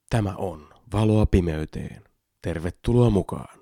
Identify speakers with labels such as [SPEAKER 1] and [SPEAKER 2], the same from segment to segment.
[SPEAKER 1] Tämä on Valoa pimeyteen. Tervetuloa mukaan.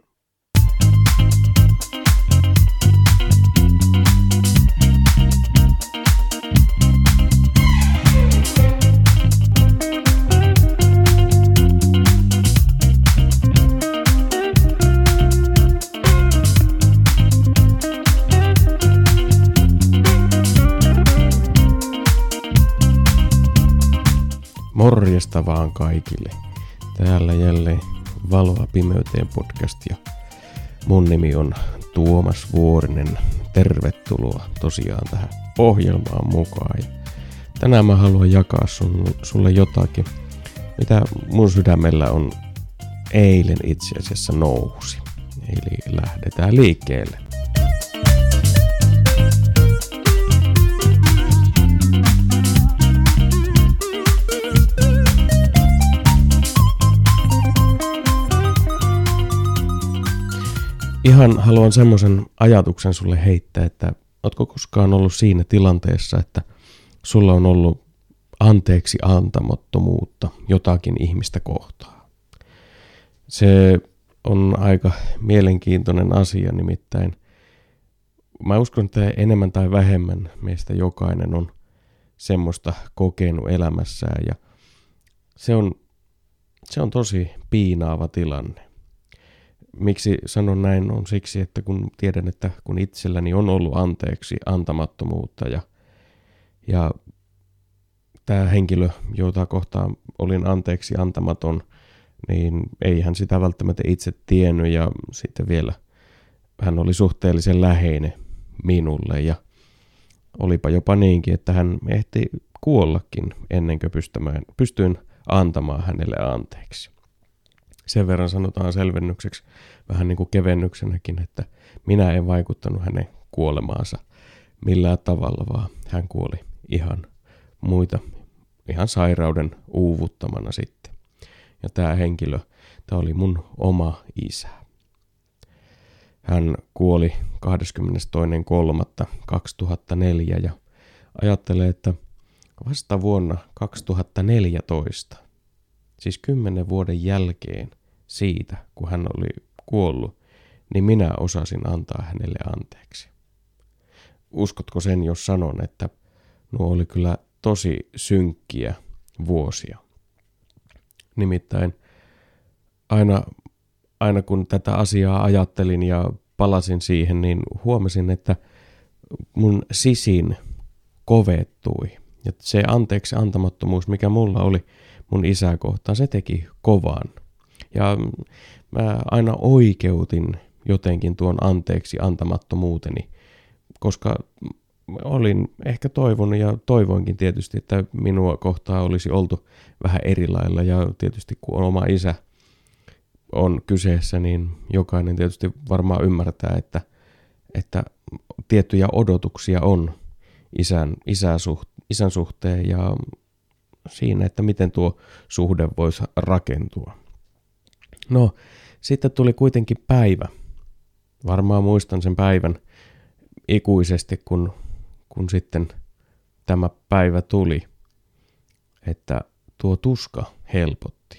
[SPEAKER 1] Morjesta vaan kaikille. Täällä jälleen Valoa pimeyteen podcast ja mun nimi on Tuomas Vuorinen. Tervetuloa tosiaan tähän ohjelmaan mukaan. Ja tänään mä haluan jakaa sulle jotakin, mitä mun sydämellä on eilen itse asiassa nousi. Eli lähdetään liikkeelle. Ihan haluan semmoisen ajatuksen sulle heittää, että ootko koskaan ollut siinä tilanteessa, että sulla on ollut anteeksi antamattomuutta jotakin ihmistä kohtaan. Se on aika mielenkiintoinen asia, nimittäin mä uskon, että enemmän tai vähemmän meistä jokainen on semmoista kokenut elämässään ja se on tosi piinaava tilanne. Miksi sanon näin on siksi, että kun tiedän, että kun itselläni on ollut anteeksi antamattomuutta ja tämä henkilö, jota kohtaan olin anteeksi antamaton, niin ei hän sitä välttämättä itse tiennyt ja sitten vielä hän oli suhteellisen läheinen minulle ja olipa jopa niinkin, että hän ehti kuollakin ennen kuin pystyin antamaan hänelle anteeksi. Sen verran sanotaan selvennykseksi vähän niin kuin kevennyksenäkin, että minä en vaikuttanut hänen kuolemaansa millään tavalla, vaan hän kuoli ihan sairauden uuvuttamana sitten. Ja tämä henkilö, tämä oli mun oma isä. Hän kuoli 22.3.2004 ja ajattelee, että vasta vuonna 2014, siis 10 vuoden jälkeen siitä, kun hän oli kuollut, niin minä osasin antaa hänelle anteeksi. Uskotko sen, jos sanon, että nuo oli kyllä tosi synkkiä vuosia. Nimittäin aina kun tätä asiaa ajattelin ja palasin siihen, niin huomasin, että mun sisin kovettui. Ja se anteeksi antamattomuus, mikä mulla oli mun isää kohtaan, se teki kovan. Ja mä aina oikeutin jotenkin tuon anteeksi antamattomuuteni, koska olin ehkä toivonut ja toivoinkin tietysti, että minua kohtaan olisi oltu vähän eri lailla. Ja tietysti kun oma isä on kyseessä, niin jokainen tietysti varmaan ymmärtää, että tiettyjä odotuksia on isän suhteen ja siinä, että miten tuo suhde voisi rakentua. No, sitten tuli kuitenkin päivä. Varmaan muistan sen päivän ikuisesti, kun sitten tämä päivä tuli, että tuo tuska helpotti.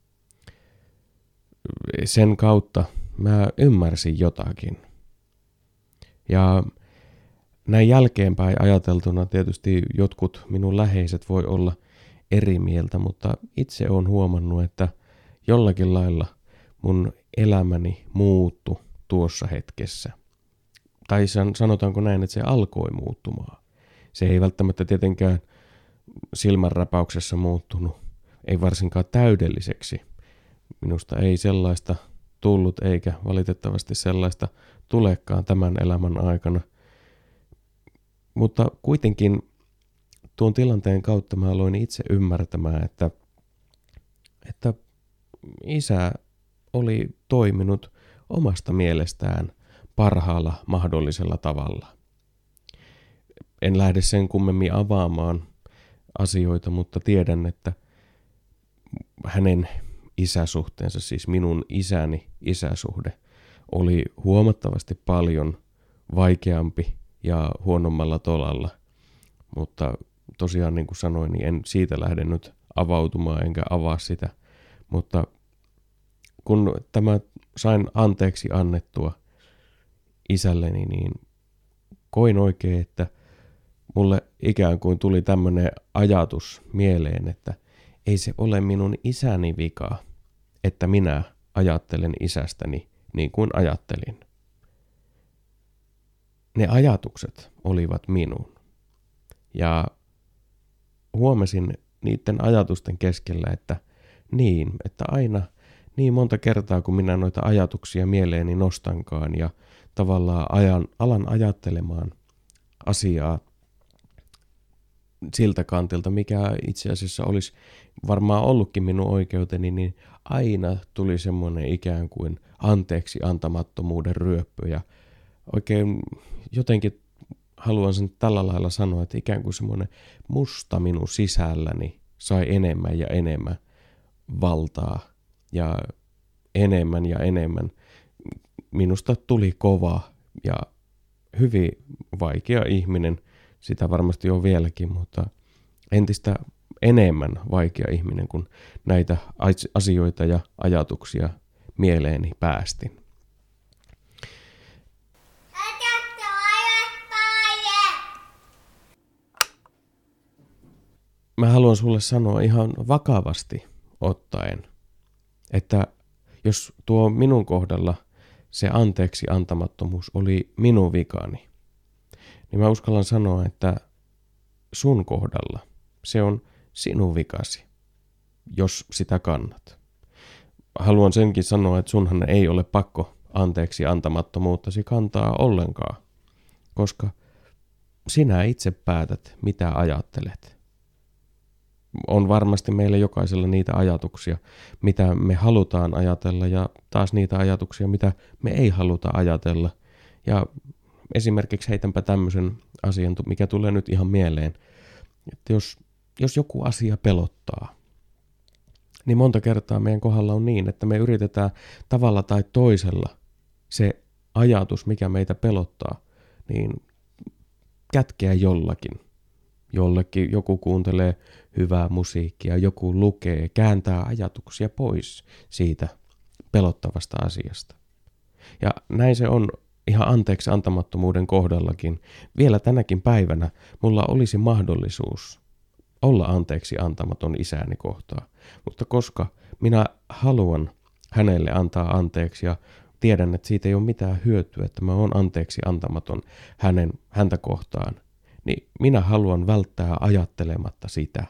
[SPEAKER 1] Sen kautta mä ymmärsin jotakin. Ja näin jälkeenpäin ajateltuna tietysti jotkut minun läheiset voi olla eri mieltä, mutta itse olen huomannut, että jollakin lailla mun elämäni muuttui tuossa hetkessä. Tai sanotaanko näin, että se alkoi muuttumaan. Se ei välttämättä tietenkään silmänräpäyksessä muuttunut, ei varsinkaan täydelliseksi. Minusta ei sellaista tullut eikä valitettavasti sellaista tulekaan tämän elämän aikana. Mutta kuitenkin tuon tilanteen kautta mä aloin itse ymmärtämään, että isä oli toiminut omasta mielestään parhaalla mahdollisella tavalla. En lähde sen kummemmin avaamaan asioita, mutta tiedän, että hänen isäsuhteensa, siis minun isäni isäsuhde, oli huomattavasti paljon vaikeampi ja huonommalla tolalla. Mutta tosiaan niin kuin sanoin, niin en siitä lähde nyt avautumaan enkä avaa sitä Mutta kun tämä sain anteeksi annettua isälleni, niin koin oikein, että mulle ikään kuin tuli tämmöinen ajatus mieleen, että ei se ole minun isäni vika, että minä ajattelen isästäni niin kuin ajattelin. Ne ajatukset olivat minun. Ja huomasin niiden ajatusten keskellä, että aina niin monta kertaa, kun minä noita ajatuksia mieleeni nostankaan ja tavallaan alan ajattelemaan asiaa siltä kantilta, mikä itse asiassa olisi varmaan ollutkin minun oikeuteni, niin aina tuli semmoinen ikään kuin anteeksi antamattomuuden ryöppy. Ja oikein jotenkin haluan sen tällä lailla sanoa, että ikään kuin semmoinen musta minun sisälläni sai enemmän ja enemmän valtaa ja enemmän. Minusta tuli kova ja hyvin vaikea ihminen, sitä varmasti on vieläkin, mutta entistä enemmän vaikea ihminen, kun näitä asioita ja ajatuksia mieleeni päästin. Mä haluan sulle sanoa ihan vakavasti ottaen, että jos tuo minun kohdalla se anteeksi antamattomuus oli minun vikani, niin mä uskallan sanoa, että sun kohdalla se on sinun vikasi, jos sitä kannat. Haluan senkin sanoa, että sunhan ei ole pakko anteeksi antamattomuuttasi kantaa ollenkaan, koska sinä itse päätät, mitä ajattelet. On varmasti meillä jokaisella niitä ajatuksia, mitä me halutaan ajatella ja taas niitä ajatuksia, mitä me ei haluta ajatella. Ja esimerkiksi heitänpä tämmöisen asian, mikä tulee nyt ihan mieleen, että jos joku asia pelottaa, niin monta kertaa meidän kohdalla on niin, että me yritetään tavalla tai toisella se ajatus, mikä meitä pelottaa, niin kätkeä jollakin. Jollekin joku kuuntelee hyvää musiikkia, joku lukee, kääntää ajatuksia pois siitä pelottavasta asiasta. Ja näin se on ihan anteeksi antamattomuuden kohdallakin. Vielä tänäkin päivänä mulla olisi mahdollisuus olla anteeksi antamaton isääni kohtaan. Mutta koska minä haluan hänelle antaa anteeksi ja tiedän, että siitä ei ole mitään hyötyä, että mä oon anteeksi antamaton häntä kohtaan, niin minä haluan välttää ajattelematta sitä,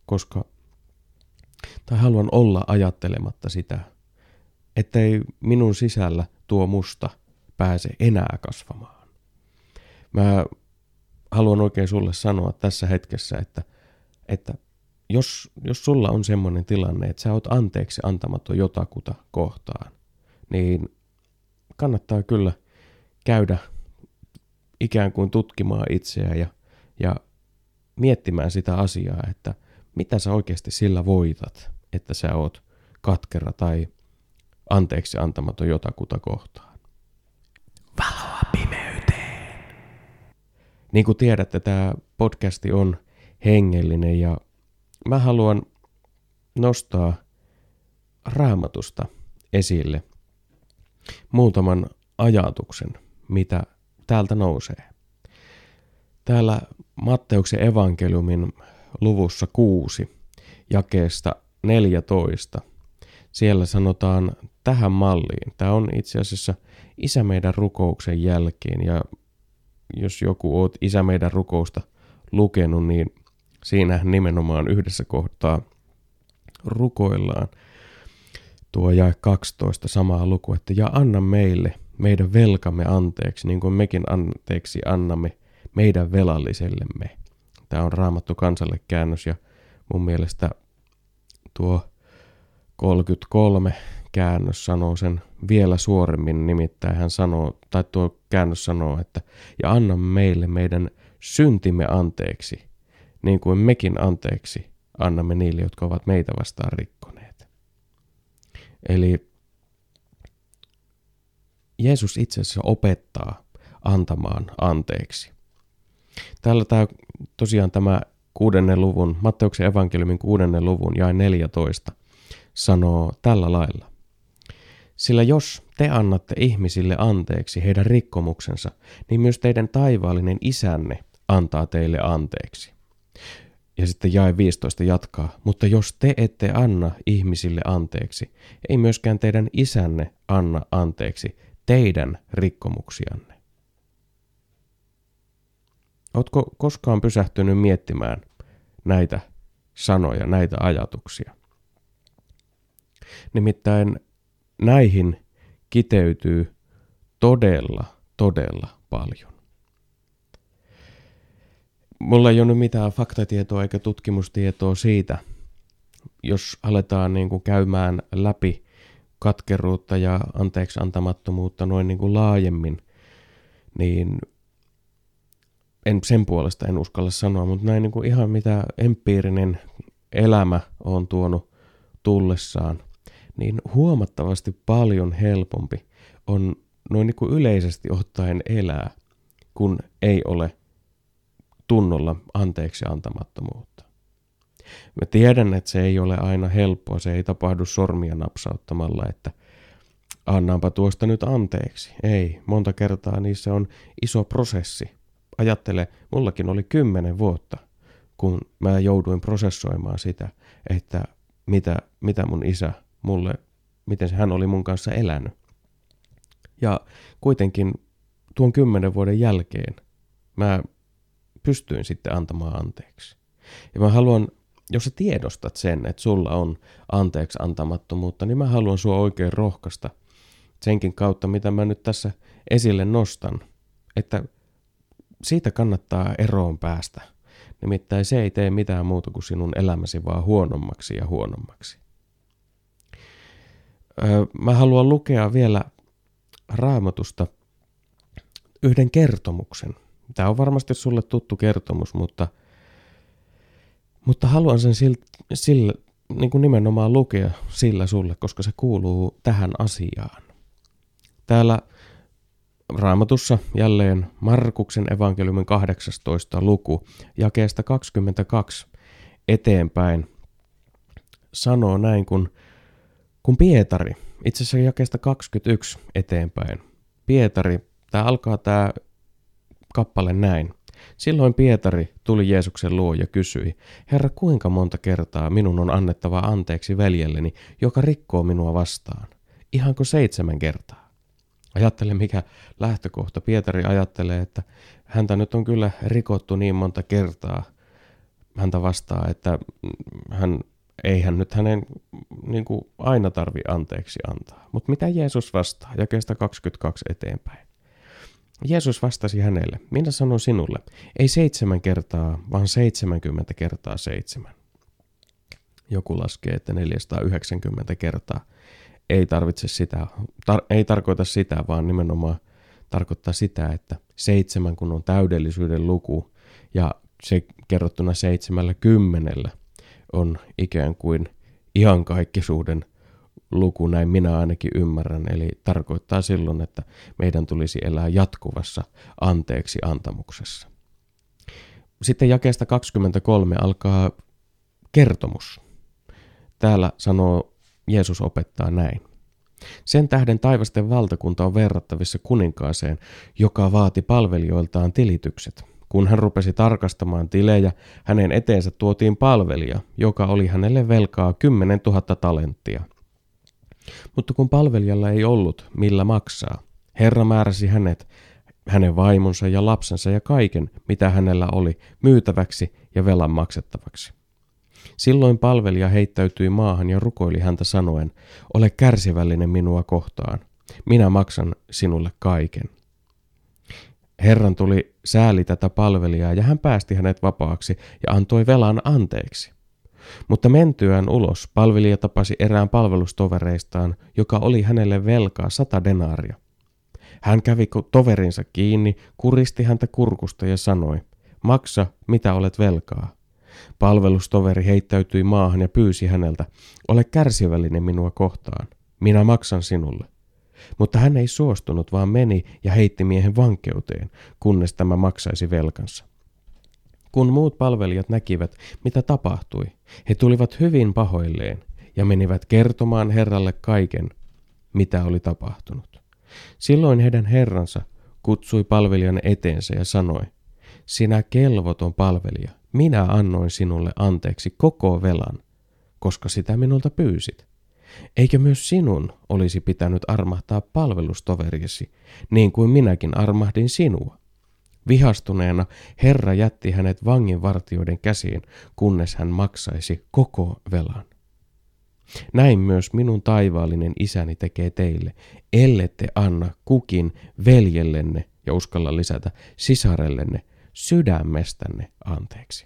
[SPEAKER 1] tai haluan olla ajattelematta sitä, ettei minun sisällä tuo musta pääse enää kasvamaan. Mä haluan oikein sulle sanoa tässä hetkessä, että jos sulla on semmoinen tilanne, että sä oot anteeksi antamaton jotakuta kohtaan, niin kannattaa kyllä käydä ikään kuin tutkimaan itseä ja miettimään sitä asiaa, että mitä sä oikeasti sillä voitat, että sä oot katkera tai anteeksi antamaton jotakuta kohtaan. Valoa pimeyteen. Niin kuin tiedätte, tämä podcasti on hengellinen ja mä haluan nostaa Raamatusta esille muutaman ajatuksen, mitä täältä nousee. Täällä Matteuksen evankeliumin luvussa 6, jakeesta 14, siellä sanotaan tähän malliin. Tämä on itse asiassa Isä meidän rukouksen jälkeen, ja jos joku oot Isä meidän rukousta lukenut, niin siinä nimenomaan yhdessä kohtaa rukoillaan tuo jae 12 samaa luku, että ja anna meille meidän velkamme anteeksi, niin kuin mekin anteeksi annamme meidän velallisellemme. Tämä on Raamattu kansalle käännös ja mun mielestä tuo 33 käännös sanoo sen vielä suoremmin, nimittäin hän sanoo, tai tuo käännös sanoo, että ja anna meille meidän syntimme anteeksi, niin kuin mekin anteeksi annamme niille, jotka ovat meitä vastaan rikkoneet. Eli Jeesus itse asiassa opettaa antamaan anteeksi. Täällä tosiaan tämä 6. luvun, Matteuksen evankeliumin 6. luvun jae 14 sanoo tällä lailla. Sillä jos te annatte ihmisille anteeksi heidän rikkomuksensa, niin myös teidän taivaallinen isänne antaa teille anteeksi. Ja sitten jae 15 jatkaa, mutta jos te ette anna ihmisille anteeksi, ei myöskään teidän isänne anna anteeksi teidän rikkomuksianne. Ootko koskaan pysähtynyt miettimään näitä sanoja, näitä ajatuksia? Nimittäin näihin kiteytyy todella paljon. Mulla ei ole nyt mitään faktatietoa eikä tutkimustietoa siitä, jos aletaan niin kuin käymään läpi katkeruutta ja anteeksi antamattomuutta noin niin kuin laajemmin, niin sen puolesta en uskalla sanoa, mutta näin niin kuin ihan mitä empiirinen elämä on tuonut tullessaan, niin huomattavasti paljon helpompi on noin niin kuin yleisesti ottaen elää, kun ei ole tunnolla anteeksi antamattomuutta. Mä tiedän, että se ei ole aina helppoa, se ei tapahdu sormia napsauttamalla, että annaanpa tuosta nyt anteeksi. Ei, monta kertaa niissä on iso prosessi. Ajattele, mullakin oli 10 vuotta, kun mä jouduin prosessoimaan sitä, että mitä mun isä mulle, miten hän oli mun kanssa elänyt. Ja kuitenkin tuon 10 vuoden jälkeen mä pystyin sitten antamaan anteeksi. Ja mä haluan, jos sä tiedostat sen, että sulla on anteeksi antamattomuutta, niin mä haluan sua oikein rohkaista senkin kautta, mitä mä nyt tässä esille nostan, että siitä kannattaa eroon päästä. Nimittäin se ei tee mitään muuta kuin sinun elämäsi vaan huonommaksi ja huonommaksi. Mä haluan lukea vielä Raamatusta yhden kertomuksen. Tämä on varmasti sulle tuttu kertomus, mutta haluan sen sillä niin kuin nimenomaan lukea sillä sulle, koska se kuuluu tähän asiaan. Täällä Raamatussa jälleen Markuksen evankeliumin 18. luku, jakeesta 22 eteenpäin, sanoo näin, kun Pietari, itse asiassa jakeesta 21 eteenpäin, Pietari, tämä kappale näin. Silloin Pietari tuli Jeesuksen luo ja kysyi, Herra, kuinka monta kertaa minun on annettava anteeksi veljelleni, joka rikkoo minua vastaan? Ihanko 7 kertaa? Ajattele, mikä lähtökohta. Pietari ajattelee, että häntä nyt on kyllä rikottu niin monta kertaa häntä vastaan, että eihän nyt hänen niin kuin aina tarvi anteeksi antaa. Mutta mitä Jeesus vastaa? Jakeesta 22 eteenpäin. Jeesus vastasi hänelle, minä sanon sinulle, ei 7 kertaa, vaan 70 kertaa 7. Joku laskee, että 490 kertaa. Ei tarvitse sitä, ei tarkoita sitä, vaan nimenomaan tarkoittaa sitä, että 7 kun on täydellisyyden luku ja se kerrottuna 70 on ikään kuin iankaikkisuuden luku, näin minä ainakin ymmärrän. Eli tarkoittaa silloin, että meidän tulisi elää jatkuvassa anteeksi antamuksessa. Sitten jakeesta 23 alkaa kertomus. Täällä sanoo Jeesus opettaa näin. Sen tähden taivasten valtakunta on verrattavissa kuninkaaseen, joka vaati palvelijoiltaan tilitykset. Kun hän rupesi tarkastamaan tilejä, hänen eteensä tuotiin palvelija, joka oli hänelle velkaa 10 000 talenttia. Mutta kun palvelijalla ei ollut millä maksaa, Herra määräsi hänet, hänen vaimonsa ja lapsensa ja kaiken, mitä hänellä oli, myytäväksi ja velan maksettavaksi. Silloin palvelija heittäytyi maahan ja rukoili häntä sanoen, ole kärsivällinen minua kohtaan, minä maksan sinulle kaiken. Herran tuli sääli tätä palvelijaa ja hän päästi hänet vapaaksi ja antoi velan anteeksi. Mutta mentyään ulos palvelija tapasi erään palvelustovereistaan, joka oli hänelle velkaa 100 denaaria. Hän kävi toverinsa kiinni, kuristi häntä kurkusta ja sanoi, maksa mitä olet velkaa. Palvelustoveri heittäytyi maahan ja pyysi häneltä, ole kärsivällinen minua kohtaan, minä maksan sinulle. Mutta hän ei suostunut, vaan meni ja heitti miehen vankeuteen, kunnes tämä maksaisi velkansa. Kun muut palvelijat näkivät, mitä tapahtui, he tulivat hyvin pahoilleen ja menivät kertomaan Herralle kaiken, mitä oli tapahtunut. Silloin heidän herransa kutsui palvelijan eteensä ja sanoi, sinä kelvoton palvelija, minä annoin sinulle anteeksi koko velan, koska sitä minulta pyysit. Eikö myös sinun olisi pitänyt armahtaa palvelustoveriesi, niin kuin minäkin armahdin sinua? Vihastuneena Herra jätti hänet vanginvartijoiden käsiin, kunnes hän maksaisi koko velan. Näin myös minun taivaallinen isäni tekee teille, ellette anna kukin veljellenne, ja uskalla lisätä sisarellenne, sydämestänne anteeksi.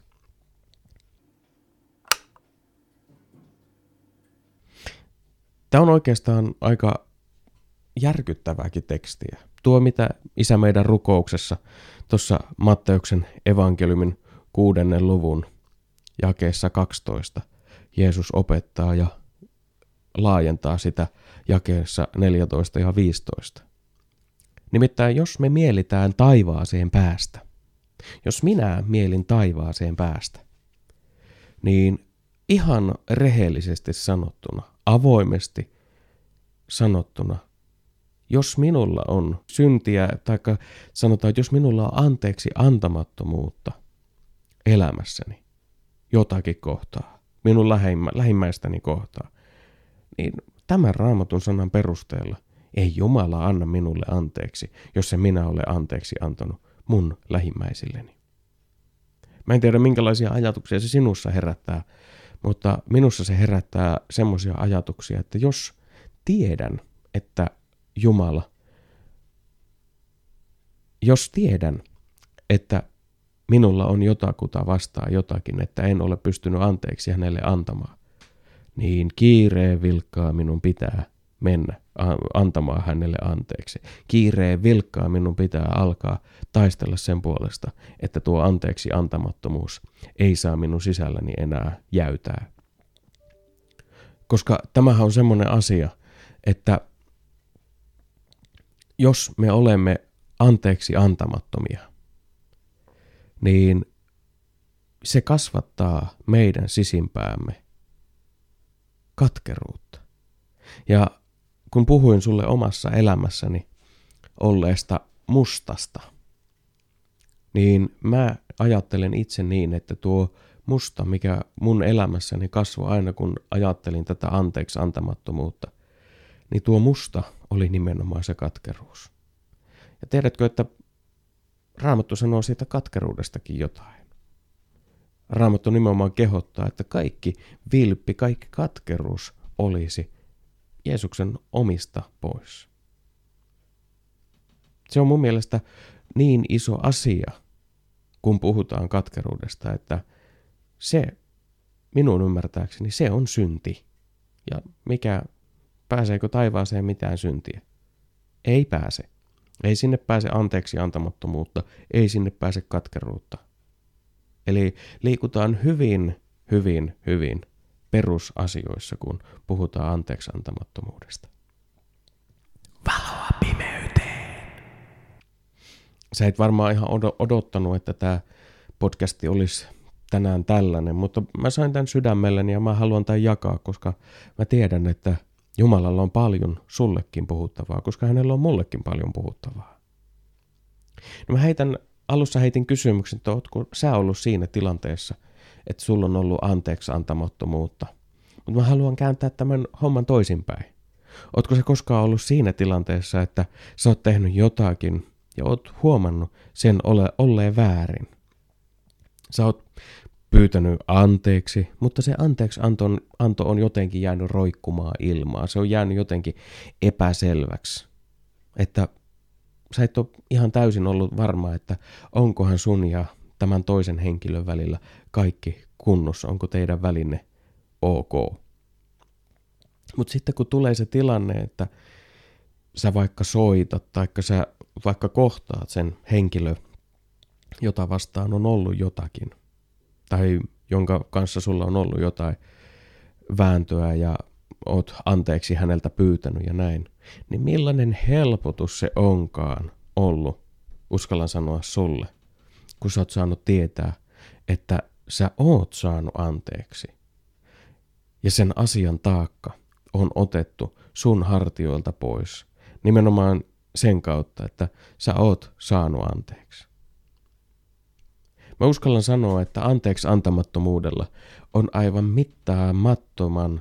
[SPEAKER 1] Tämä on oikeastaan aika järkyttävääkin tekstiä. Tuo, mitä Isä meidän rukouksessa tuossa Matteuksen evankeliumin 6. luvun jakeessa 12 Jeesus opettaa ja laajentaa sitä jakeessa 14 ja 15. Nimittäin jos me mielitään taivaaseen päästä, jos minä mielin taivaaseen päästä, niin ihan rehellisesti sanottuna, avoimesti sanottuna, jos minulla on syntiä, tai sanotaan, että jos minulla on anteeksi antamattomuutta elämässäni jotakin kohtaa, minun lähimmäistäni kohtaa, niin tämän Raamatun sanan perusteella ei Jumala anna minulle anteeksi, jos en minä ole anteeksi antanut mun lähimmäisilleni. Mä en tiedä, minkälaisia ajatuksia se sinussa herättää, mutta minussa se herättää semmoisia ajatuksia, että jos tiedän, että Jumala, jos tiedän, että minulla on jotakuta vastaan jotakin, että en ole pystynyt anteeksi hänelle antamaan, niin kiireen vilkkaa minun pitää mennä antamaan hänelle anteeksi. Kiireen vilkkaa minun pitää alkaa taistella sen puolesta, että tuo anteeksi antamattomuus ei saa minun sisälläni enää jäytää. Koska tämähän on semmoinen asia, että jos me olemme anteeksi antamattomia, niin se kasvattaa meidän sisimpäämme katkeruutta. Ja kun puhuin sulle omassa elämässäni olleesta mustasta, niin mä ajattelen itse niin, että tuo musta, mikä mun elämässäni kasvoi aina, kun ajattelin tätä anteeksi antamattomuutta, niin tuo musta oli nimenomaan se katkeruus. Ja tiedätkö, että Raamattu sanoo siitä katkeruudestakin jotain. Raamattu nimenomaan kehottaa, että kaikki vilppi, kaikki katkeruus olisi Jeesuksen omista pois. Se on mun mielestä niin iso asia, kun puhutaan katkeruudesta, että se minun ymmärtääkseni se on synti. Ja pääseekö taivaaseen mitään syntiä? Ei pääse. Ei sinne pääse anteeksi antamattomuutta, ei sinne pääse katkeruutta. Eli liikutaan hyvin perusasioissa, kun puhutaan anteeksi antamattomuudesta. Valoa pimeyteen. Sä et varmaan ihan odottanut, että tämä podcasti olisi tänään tällainen, mutta mä sain tämän sydämelleni ja mä haluan tämän jakaa, koska mä tiedän, että Jumalalla on paljon sullekin puhuttavaa, koska hänellä on mullekin paljon puhuttavaa. No mä alussa heitin kysymyksen, että ootko sä ollut siinä tilanteessa, että sulla on ollut anteeksi antamattomuutta. Mutta mä haluan kääntää tämän homman toisinpäin. Ootko sä koskaan ollut siinä tilanteessa, että sä oot tehnyt jotakin ja oot huomannut sen olleen väärin? Sä oot pyytänyt anteeksi, mutta se anteeksi anto on jotenkin jäänyt roikkumaan ilmaa. Se on jäänyt jotenkin epäselväksi. Että sä et ole ihan täysin ollut varma, että onkohan sun ja tämän toisen henkilön välillä kaikki kunnossa, onko teidän väline ok. Mutta sitten kun tulee se tilanne, että sä vaikka soitat tai sä vaikka kohtaat sen henkilön, jota vastaan on ollut jotakin, tai jonka kanssa sulla on ollut jotain vääntöä ja oot anteeksi häneltä pyytänyt ja näin, niin millainen helpotus se onkaan ollut, uskallan sanoa sulle, kun sä oot saanut tietää, että sä oot saanut anteeksi. ja sen asian taakka on otettu sun hartioilta pois. Nimenomaan sen kautta, että sä oot saanut anteeksi. Mä uskallan sanoa, että anteeksi antamattomuudella on aivan mittaamattoman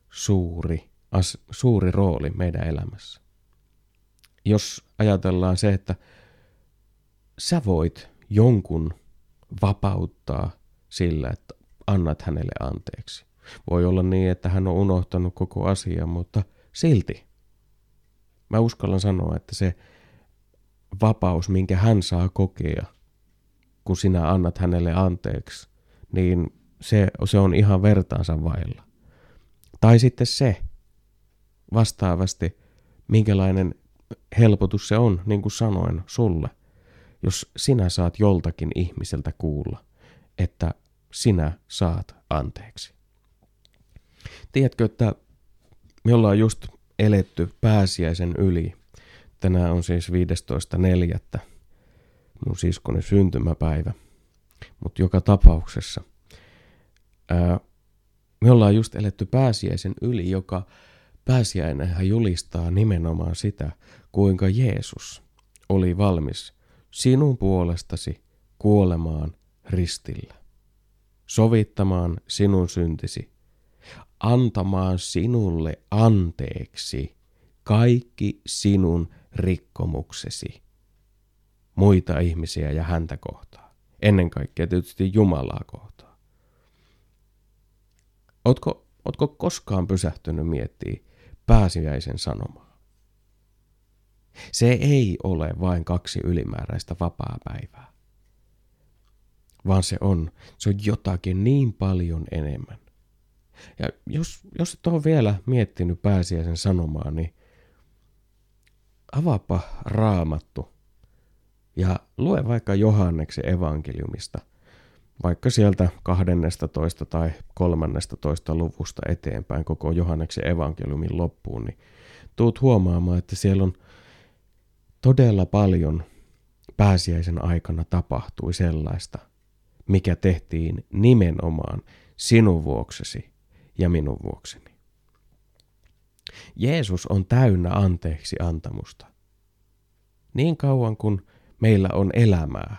[SPEAKER 1] suuri rooli meidän elämässä. Jos ajatellaan se, että sä voit jonkun vapauttaa sillä, että annat hänelle anteeksi. Voi olla niin, että hän on unohtanut koko asian, mutta silti mä uskallan sanoa, että se vapaus, minkä hän saa kokea, kun sinä annat hänelle anteeksi, niin se on ihan vertaansa vailla. Tai sitten se vastaavasti, minkälainen helpotus se on, niin kuin sanoin sulle, jos sinä saat joltakin ihmiseltä kuulla, että sinä saat anteeksi. Tiedätkö, että me ollaan just eletty pääsiäisen yli. Tänään on siis 15.4. mun siskoni syntymäpäivä. Mutta joka tapauksessa me ollaan just eletty pääsiäisen yli, joka pääsiäinenhän julistaa nimenomaan sitä, kuinka Jeesus oli valmis sinun puolestasi kuolemaan ristillä, sovittamaan sinun syntisi, antamaan sinulle anteeksi kaikki sinun rikkomuksesi muita ihmisiä ja häntä kohtaan. Ennen kaikkea tietysti Jumalaa kohtaan. Ootko koskaan pysähtynyt miettimään pääsiäisen sanomaa? Se ei ole vain 2 ylimääräistä vapaapäivää, vaan se on jotakin niin paljon enemmän. Ja jos et ole vielä miettinyt pääsiäisen sanomaa, niin avaapa Raamattu ja lue vaikka Johanneksen evankeliumista, vaikka sieltä 12. tai 13. luvusta eteenpäin koko Johanneksen evankeliumin loppuun, niin tuut huomaamaan, että siellä on todella paljon pääsiäisen aikana tapahtui sellaista, mikä tehtiin nimenomaan sinun vuoksesi ja minun vuokseni. Jeesus on täynnä anteeksi antamusta. Niin kauan kun meillä on elämää,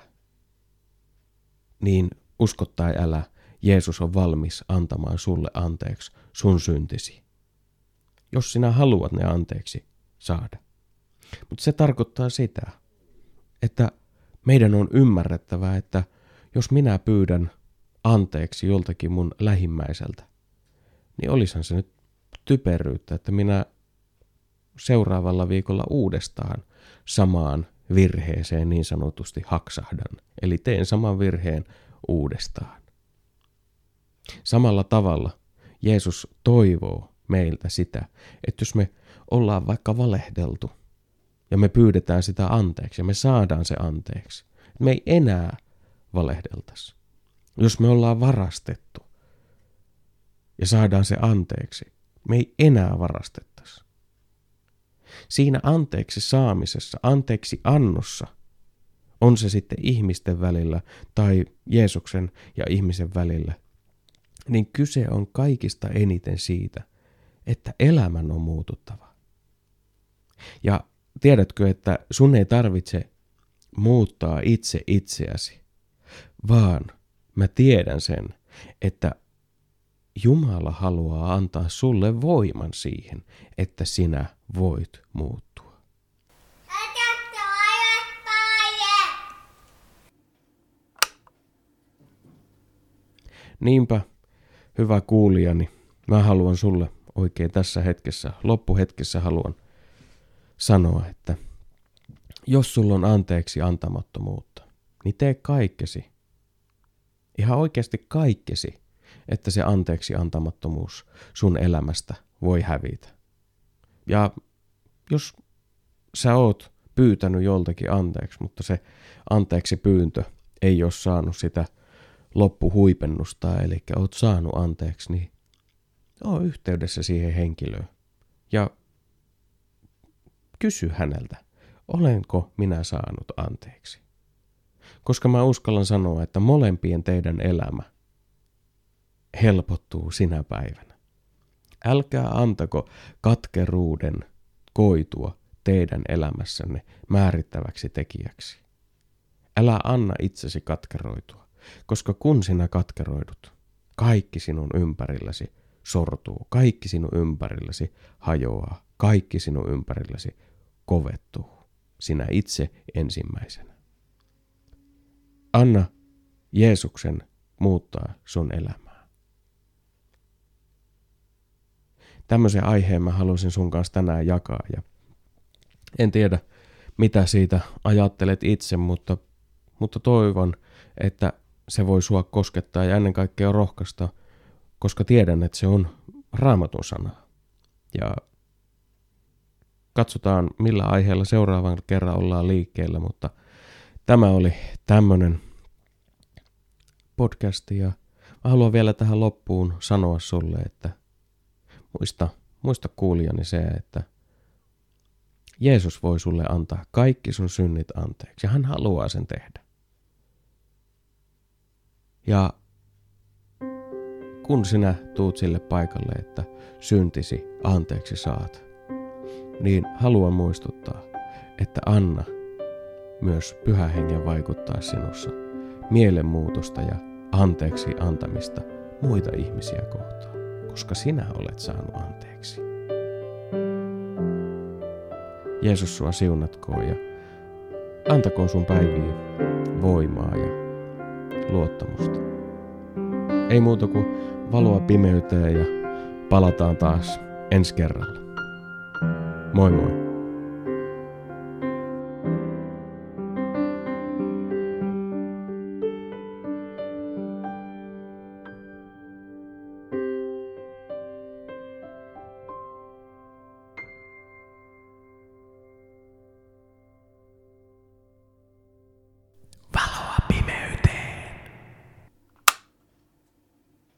[SPEAKER 1] niin usko tai älä, Jeesus on valmis antamaan sulle anteeksi sun syntisi, jos sinä haluat ne anteeksi saada. Mutta se tarkoittaa sitä, että meidän on ymmärrettävä, että jos minä pyydän anteeksi joltakin mun lähimmäiseltä, niin olisihan se nyt typeryyttä, että minä seuraavalla viikolla uudestaan samaan virheeseen niin sanotusti haksahdan. Eli teen saman virheen uudestaan. Samalla tavalla Jeesus toivoo meiltä sitä, että jos me ollaan vaikka valehdeltu ja me pyydetään sitä anteeksi ja me saadaan se anteeksi, me ei enää valehdeltaisi. Jos me ollaan varastettu ja saadaan se anteeksi, me ei enää varastettaisi. Siinä anteeksi saamisessa, anteeksi annossa, on se sitten ihmisten välillä tai Jeesuksen ja ihmisen välillä, niin kyse on kaikista eniten siitä, että elämän on muututtava. Ja tiedätkö, että sun ei tarvitse muuttaa itse itseäsi, vaan mä tiedän sen, että Jumala haluaa antaa sulle voiman siihen, että sinä voit muuttua. Niinpä, hyvä kuulijani, mä haluan sulle oikein tässä hetkessä, loppuhetkessä haluan sanoa, että jos sulla on anteeksi antamattomuutta, niin tee kaikkesi, ihan oikeasti kaikkesi, että se anteeksi antamattomuus sun elämästä voi hävitä. Ja jos sä oot pyytänyt joltakin anteeksi, mutta se anteeksi pyyntö ei ole saanut sitä loppuhuipennusta, eli oot saanut anteeksi, niin oo yhteydessä siihen henkilöön ja kysy häneltä, olenko minä saanut anteeksi. Koska mä uskallan sanoa, että molempien teidän elämä helpottuu sinä päivänä. Älkää antako katkeruuden koitua teidän elämässänne määrittäväksi tekijäksi. Älä anna itsesi katkeroitua, koska kun sinä katkeroidut, kaikki sinun ympärilläsi sortuu, kaikki sinun ympärilläsi hajoaa, kaikki sinun ympärilläsi kovettuu, sinä itse ensimmäisenä. Anna Jeesuksen muuttaa sun elämää. Tämmöisen aiheen mä halusin sun kanssa tänään jakaa ja en tiedä mitä siitä ajattelet itse, mutta toivon, että se voi sua koskettaa ja ennen kaikkea rohkaista, koska tiedän, että se on Raamatun sana. Ja katsotaan, millä aiheella seuraavan kerran ollaan liikkeellä, mutta tämä oli tämmönen podcast ja mä haluan vielä tähän loppuun sanoa sulle, että muista kuulijani se, että Jeesus voi sulle antaa kaikki sun synnit anteeksi ja hän haluaa sen tehdä. Ja kun sinä tuut sille paikalle, että syntisi anteeksi saat, niin haluan muistuttaa, että anna myös Pyhän Hengen vaikuttaa sinussa mielenmuutosta ja anteeksi antamista muita ihmisiä kohtaan, koska sinä olet saanut anteeksi. Jeesus sua siunatkoon ja antakoon sun päiviin voimaa ja luottamusta. Ei muuta kuin valoa pimeyteen ja palataan taas ensi kerralla. Moi moi!